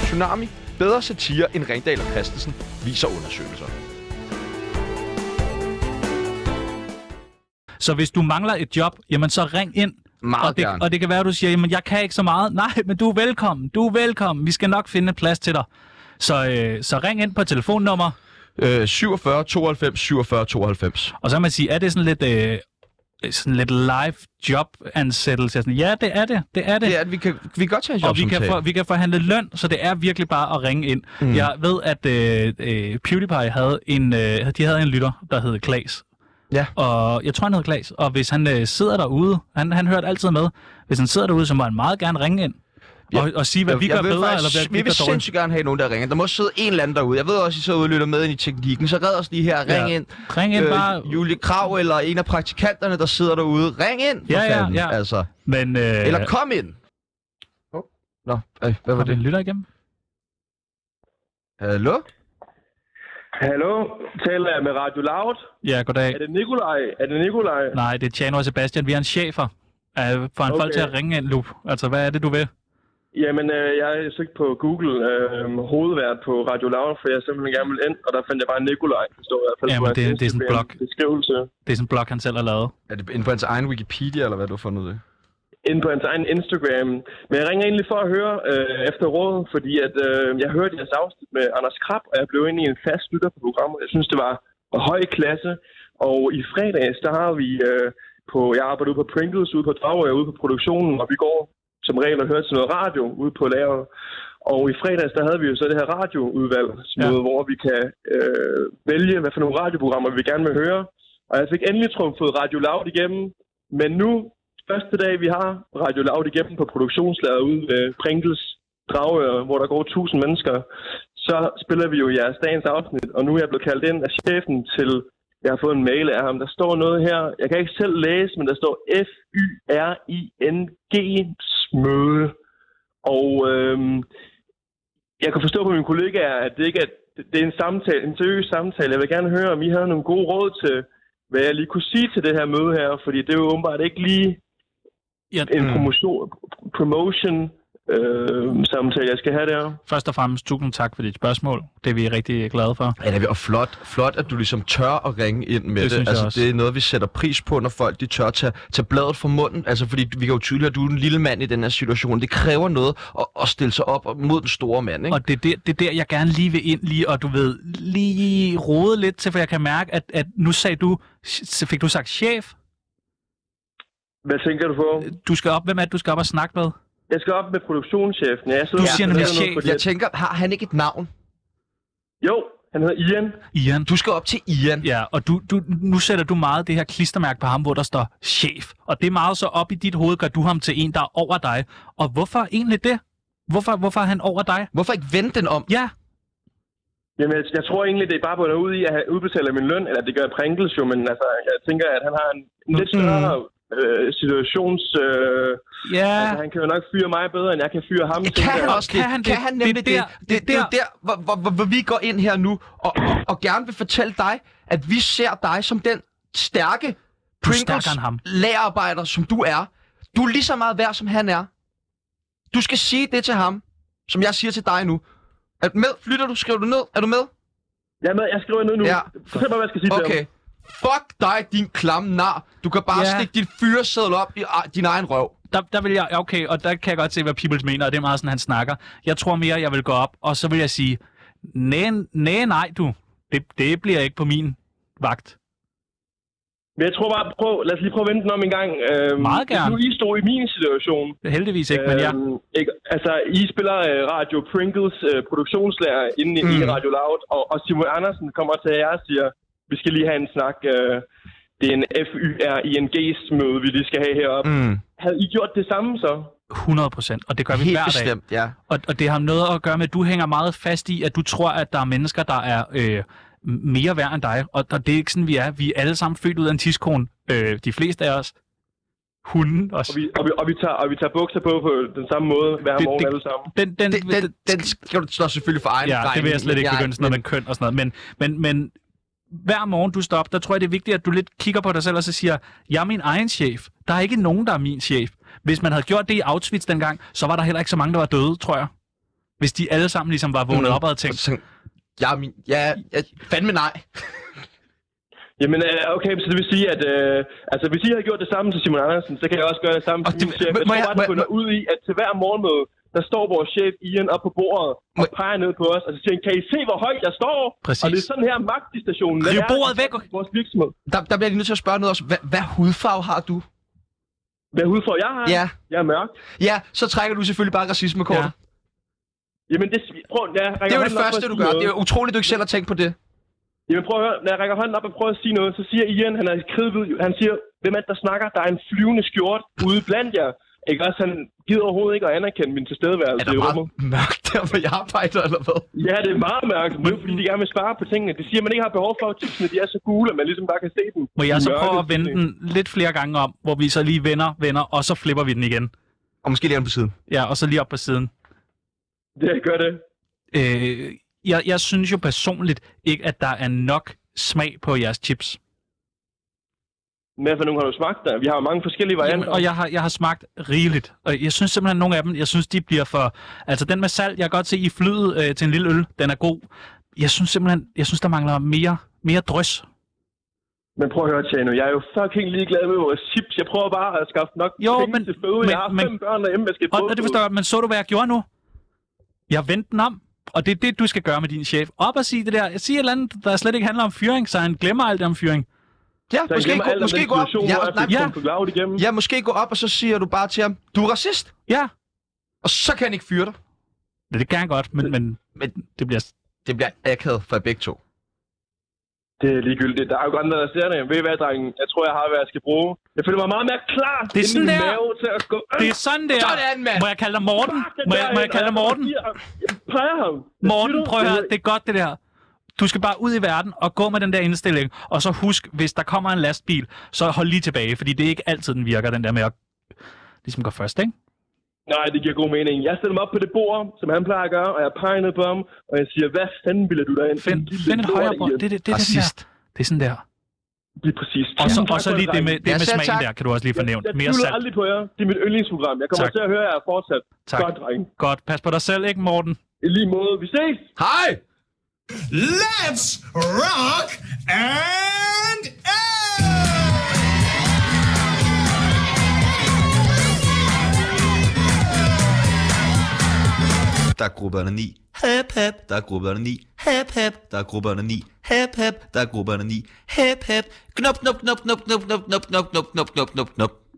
Tsunami bedre satire end Ringdal og Christensen, viser undersøgelser. Så hvis du mangler et job, jamen så ring ind. Og det kan være, at du siger, jamen jeg kan ikke så meget. Nej, men du er velkommen. Du er velkommen. Vi skal nok finde plads til dig. Så ring ind på telefonnummer 47 92 47 92. Og så kan man sige, er det sådan lidt live jobansættelse? Ja, det er det. Det er det. Det er, at vi kan godt tage jobsamtale. Og vi kan forhandle løn, så det er virkelig bare at ringe ind. Jeg ved, at PewDiePie havde en lytter, der hed Klaas. Ja. Og jeg tror, han hed Klaas. Og hvis han sidder derude, han hørte altid med. Hvis han sidder derude, så må han meget gerne ringe ind. Og sige, hvad vi gør bedre, faktisk, eller hvad vi vil gør dårligt. sindssygt gerne have nogen, der ringer. Der må sidde en eller anden derude. Jeg ved også, I så udlytter med ind i teknikken. Så red os lige her. Ring ind. Ring ind bare. Julie Krav eller en af praktikanterne, der sidder derude. Ring ind, for fanden. Ja. Altså. Men, eller kom ind. Nå, hvad var det? En lytter igennem? Hallo? Hallo, taler jeg med Radio Loud? Ja, goddag. Er det Nikolaj? Nej, det er Tjano og Sebastian. Vi er en chefer. Får han folk til at ringe ind, Lup? Altså, hvad er det, du vil? Jamen, jeg har søgt på Google hovedvært på Radio Loud, for jeg simpelthen gerne vil ind, og der fandt jeg bare Nikolaj, forstår jeg. Jamen, det er sådan en blog. Beskrivelse. Det er sådan en blog, han selv har lavet. Er det inde på hans egen Wikipedia, eller hvad du har fundet det? Inde på hans egen Instagram. Men jeg ringer egentlig for at høre efter råd, fordi at, jeg hørte jeres afsnit med Anders Krab, og jeg blev egentlig en fast lytter på programmet. Jeg synes, det var høj klasse. Og i fredags, der har vi jeg arbejder ude på Pringles, ude på Dragør, ude på produktionen, og vi går som regel og hører til noget radio ude på lageret. Og i fredags, der havde vi jo så det her radioudvalg, hvor vi kan vælge, hvad for nogle radioprogrammer vi gerne vil høre. Og jeg fik endelig fået Radio Loud igennem, men nu, første dag, vi har Radio Loud igennem på produktionslageret ude ved Pringles Dragør, hvor der går 1000 mennesker, så spiller vi jo jeres dagens afsnit, og nu er jeg blevet kaldt ind af chefen til, jeg har fået en mail af ham, der står noget her, jeg kan ikke selv læse, men der står FYRING-møde, og jeg kan forstå på mine kollegaer, at det ikke er, det er en samtale, en seriøs samtale. Jeg vil gerne høre, om I havde nogle gode råd til, hvad jeg lige kunne sige til det her møde her, fordi det er jo åbenbart ikke lige en promotion samtale, jeg skal have der. Først og fremmest, tusind tak for dit spørgsmål. Det er vi rigtig glade for. Ja, det er flot, at du ligesom tør at ringe ind med det. Altså, det er noget, vi sætter pris på, når folk de tør tage bladet fra munden. Altså, fordi vi kan jo tydeligt, at du er en lille mand i den her situation. Det kræver noget at stille sig op mod den store mand, ikke? Og det er der, jeg gerne lige vil ind lige, og du ved, lige rode lidt til, for jeg kan mærke, at nu fik du sagt chef? Hvad tænker du på? Hvem er det, du skal op og snakke med? Jeg skal op med produktionschefen. Du siger nemlig chef. Jeg tænker, har han ikke et navn? Jo, han hedder Ian. Du skal op til Ian. Ja, og nu sætter du meget det her klistermærke på ham, hvor der står chef. Og det er meget så op i dit hoved, gør du ham til en, der er over dig. Og hvorfor egentlig det? Hvorfor er han over dig? Hvorfor ikke vende den om? Ja. Jamen, jeg tror egentlig, det er bare bunder ud i, at han udbetaler min løn, eller det gør Pringles jo, men altså, jeg tænker, at han har en lidt større situations... altså, han kan jo nok fyre mig bedre, end jeg kan fyre ham. Kan han nemlig det? Det er jo der, hvor vi går ind her nu, og gerne vil fortælle dig, at vi ser dig som den stærke Pringles lagerarbejder, som du er. Du er lige så meget værd, som han er. Du skal sige det til ham, som jeg siger til dig nu. Flytter du? Skriver du ned? Er du med? Jeg er med. Jeg skriver ned nu. Ja. Fortæl mig, hvad jeg skal sige til ham. Fuck dig, din klamme nar. Du kan bare stikke dit fyreseddel op i din egen røv. Der vil jeg, okay, og der kan jeg godt se, hvad Peoples mener, og det er meget sådan, han snakker. Jeg tror mere, jeg vil gå op, og så vil jeg sige, nej du. Det bliver ikke på min vagt. Men jeg tror bare, lad os lige prøve at vente den om en gang. Meget gerne. Nu I stod i min situation. Heldigvis ikke, men ja. Altså, I spiller Radio Pringles produktionslærer inde i Radio Loud, og Simon Andersen kommer til jer og siger, vi skal lige have en snak. Det er en FYRING-møde, vi lige skal have heroppe. Havde I gjort det samme så? 100%, og det gør vi hver dag. Bestemt, ja. Og det har noget at gøre med, at du hænger meget fast i, at du tror, at der er mennesker, der er mere værd end dig. Og det er ikke sådan, vi er. Vi er alle sammen født ud af en tidskone. De fleste af os. Hunden også. Og vi tager bukser på den samme måde hver morgen alle sammen. Den skal du slå selvfølgelig for egen regning. Det vil jeg slet ikke begynde sådan noget med køn og sådan noget. Men hver morgen du står op, der tror jeg, det er vigtigt, at du lidt kigger på dig selv og så siger, jeg er min egen chef. Der er ikke nogen, der er min chef. Hvis man havde gjort det i Auschwitz dengang, så var der heller ikke så mange, der var døde, tror jeg. Hvis de alle sammen ligesom var vågnet op og havde tænkt... Fandme nej. Jamen, okay, så det vil sige, at hvis I har gjort det samme til Simon Andersen, så kan jeg også gøre det samme til min chef. Jeg tror bare, det finder ud i, at til hver morgenmøde, der står vores chef Ian op på bordet og peger ned på os, og så siger han, kan I se, hvor højt jeg står? Præcis. Og det er sådan her magtstationen. Riv bordet væk! Vores virksomhed. Der bliver jeg nødt til at spørge noget også. Hvad hudfarve har du? Hvad hudfarve jeg har? Ja. Jeg er mørk. Ja, så trækker du selvfølgelig bare racismekortet. Ja. Jamen, det er jo det første, du gør. Det er utroligt, du ikke selv har tænkt på det. Jamen prøv at høre, når jeg rækker hånden op og prøver at sige noget, så siger Ian, han er kridhvid, han siger, hvem er det, der snakker? Der er en flyvende skjort ude blandt jer. Ikke også? Han gider overhovedet ikke at anerkende min tilstedeværelse i rummet. Er der meget mørkt der, hvor jeg arbejder, eller hvad? Ja, det er meget mørkt. Det er fordi, de gerne vil spare på tingene. Det siger, at man ikke har behov for, at tipsene de er så gule, at man ligesom bare kan se dem. Må jeg så prøve at vende den lidt flere gange om, hvor vi så lige vender, og så flipper vi den igen? Og måske lige på siden. Ja, og så lige op på siden. Det gør det. Jeg synes jo personligt ikke, at der er nok smag på jeres chips. Hvad for nogle har du smagt der? Vi har mange forskellige varianter. Jamen, og jeg har smagt rigeligt. Og jeg synes simpelthen, at nogle af dem, jeg synes, de bliver for... Altså den med salt, jeg kan godt se i flyet til en lille øl, den er god. Jeg synes simpelthen, der mangler mere drøs. Men prøv at høre, Tjano, jeg er jo fucking ligeglad med vores chips. Jeg prøver bare at skaffe nok penge til føde. Jeg har 5 børn derhjemme, jeg skal prøve. Og det forstår jeg, men så du, hvad jeg gjorde nu? Jeg vendte den om. Og det er det, du skal gøre med din chef. Op og sige det der. Jeg siger et eller andet, der slet ikke handler om fyring, så han glemmer alt det om fyring. Ja, måske gå op. Ja, måske gå op, og så siger du bare til ham, du er racist. Ja. Og så kan han ikke fyre dig. Det kan han godt, men det bliver akavet for begge to. Det er ligegyldigt. Der er jo godt noget, der ser det. Ved I hvad, drengen? Jeg tror, jeg har, hvad jeg skal bruge. Jeg føler mig meget mere klar. Det er sådan der. Mave til at gå. Det er sådan der. Sådan, mand. Må jeg kalde dig Morten? Må jeg kalde dig Morten? Jeg plejer ham. Morten, prøv at høre. Det er godt, det der. Du skal bare ud i verden og gå med den der indstilling. Og så husk, hvis der kommer en lastbil, så hold lige tilbage. Fordi det er ikke altid, den virker, den der med at ligesom gå først, ikke? Nej, det giver god mening. Jeg stiller mig op på det bord, som han plejer at gøre, og jeg peger ned på ham, og jeg siger, hvad fanden vil du derind? Find et højere bord. Det er sidst. Det er sådan der. Det er præcis. Og så lige det med smagen der, kan du også lige fornævne. Mere salt. Jeg aldrig på jer. Det er mit yndlingsprogram. Jeg kommer til at høre jer fortsat. Tak. Godt, dreng. Godt. Pas på dig selv, ikke, Morten? I lige måde. Vi ses. Hej! Let's rock and Der er grupperne 9. Hep, hep. Der er grupperne 9. Hep, hep. Der er grupperne 9. Hep, hep. Der er grupperne 9. Hep, hep. Knop, knop, knop, knop, knop, knop, knop, knop, knop, knop, knop, knop.